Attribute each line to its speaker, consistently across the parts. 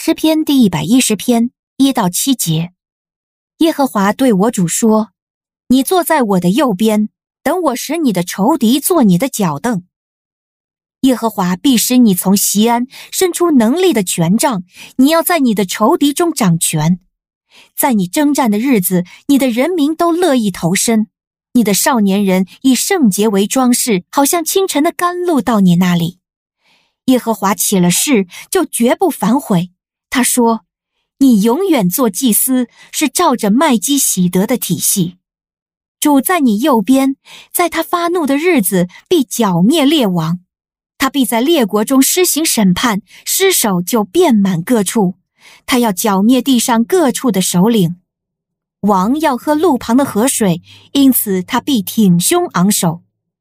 Speaker 1: 诗篇第110篇1到7节。耶和华对我主说：你坐在我的右边，等我使你的仇敌做你的脚凳。耶和华必使你从锡安伸出能力的权杖，你要在你的仇敌中掌权。在你征战的日子，你的人民都乐意投身，你的少年人以圣洁为装饰，好像清晨的甘露到你那里。耶和华起了誓，就绝不反悔。他说：你永远做祭司，是照着麦基洗德的体系。主在你右边，在他发怒的日子必剿灭列王，他必在列国中施行审判，尸首就遍满各处，他要剿灭地上各处的首领。王要喝路旁的河水，因此他必挺胸昂首。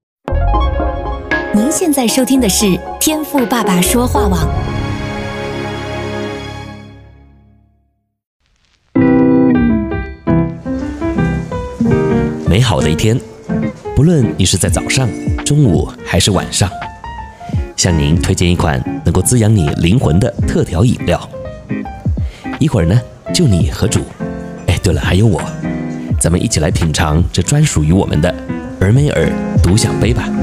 Speaker 1: 您现在收听的是天父爸爸说话网。
Speaker 2: 美好的一天，不论你是在早上、中午还是晚上，向您推荐一款能够滋养你灵魂的特调饮料。一会儿呢，就你和主，对了，还有我，咱们一起来品尝这专属于我们的尔美尔独享杯吧。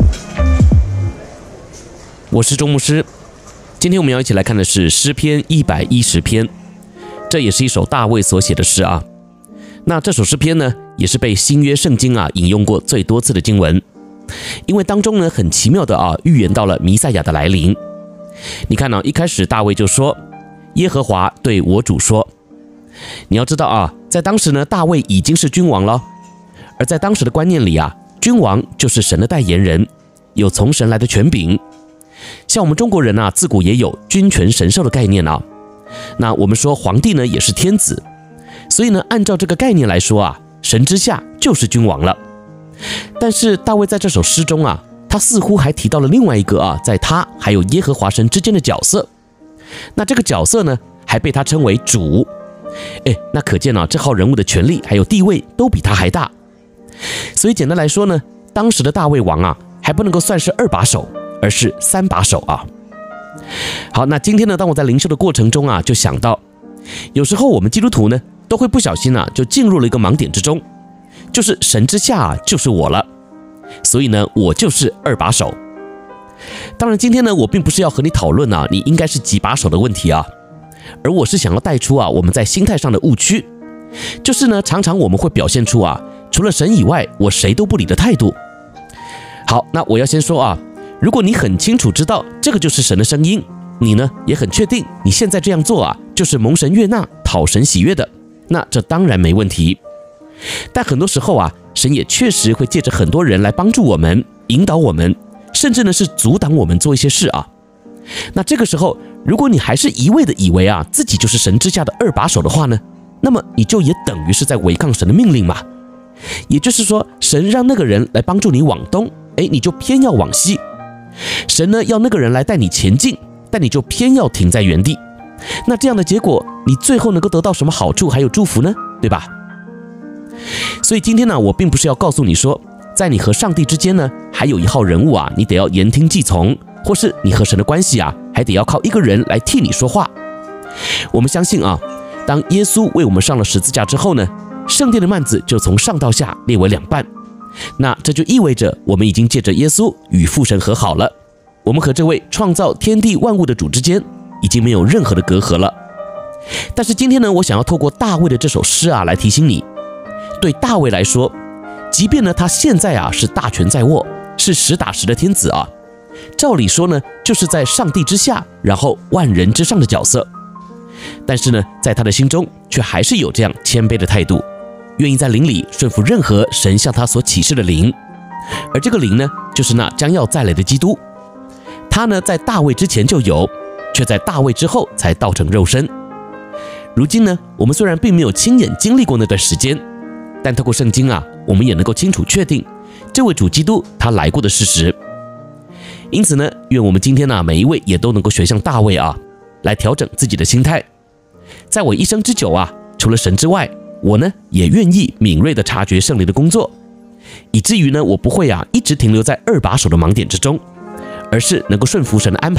Speaker 2: 我是周牧师，今天我们要一起来看的是诗篇110篇，这也是一首大卫所写的诗啊。那这首诗篇呢，也是被新约圣经引用过最多次的经文，因为当中呢很奇妙的预言到了弥赛亚的来临。你看一开始大卫就说：耶和华对我主说。你要知道在当时呢，大卫已经是君王了，而在当时的观念里君王就是神的代言人，有从神来的权柄。像我们中国人自古也有君权神授的概念那我们说皇帝呢也是天子，所以呢按照这个概念来说神之下就是君王了。但是大卫在这首诗中他似乎还提到了另外一个在他还有耶和华神之间的角色。那这个角色呢还被他称为主。那可见这号人物的权力还有地位都比他还大。所以简单来说呢，当时的大卫王还不能够算是2把手，而是3把手好，那今天呢，当我在灵修的过程中就想到，有时候我们基督徒呢都会不小心就进入了一个盲点之中，就是神之下就是我了，所以呢我就是2把手。当然今天呢，我并不是要和你讨论你应该是几把手的问题而我是想要带出我们在心态上的误区，就是呢常常我们会表现出除了神以外我谁都不理的态度。好，那我要先说如果你很清楚知道这个就是神的声音，你呢也很确定你现在这样做就是蒙神悦纳、讨神喜悦的，那这当然没问题。但很多时候神也确实会借着很多人来帮助我们、引导我们，甚至呢是阻挡我们做一些事那这个时候，如果你还是一味的以为自己就是神之下的2把手的话呢，那么你就也等于是在违抗神的命令嘛。也就是说，神让那个人来帮助你往东，你就偏要往西；神呢要那个人来带你前进，但你就偏要停在原地。那这样的结果，你最后能够得到什么好处还有祝福呢？对吧？所以今天呢，我并不是要告诉你说，在你和上帝之间呢，还有一号人物你得要言听计从，或是你和神的关系还得要靠一个人来替你说话。我们相信当耶稣为我们上了十字架之后呢，圣殿的幔子就从上到下裂为2半。那这就意味着我们已经借着耶稣与父神和好了，我们和这位创造天地万物的主之间已经没有任何的隔阂了。但是今天呢，我想要透过大卫的这首诗来提醒你，对大卫来说，即便呢他现在是大权在握，是实打实的天子照理说呢就是在上帝之下，然后万人之上的角色。但是呢在他的心中却还是有这样谦卑的态度，愿意在灵里顺服任何神向他所启示的灵。而这个灵呢，就是那将要再来的基督。他呢在大卫之前就有，却在大卫之后才道成肉身。如今呢，我们虽然并没有亲眼经历过那段时间，但透过圣经我们也能够清楚确定这位主基督他来过的事实。因此呢，愿我们今天每一位也都能够学像大卫来调整自己的心态。在我一生之久除了神之外，我呢也愿意敏锐地察觉圣灵的工作，以至于呢我不会一直停留在2把手的盲点之中，而是能够顺服神的安排，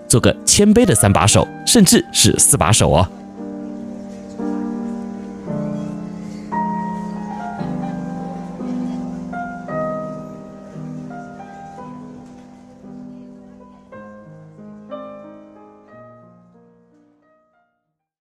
Speaker 2: 做个谦卑的3把手，甚至是4把手哦。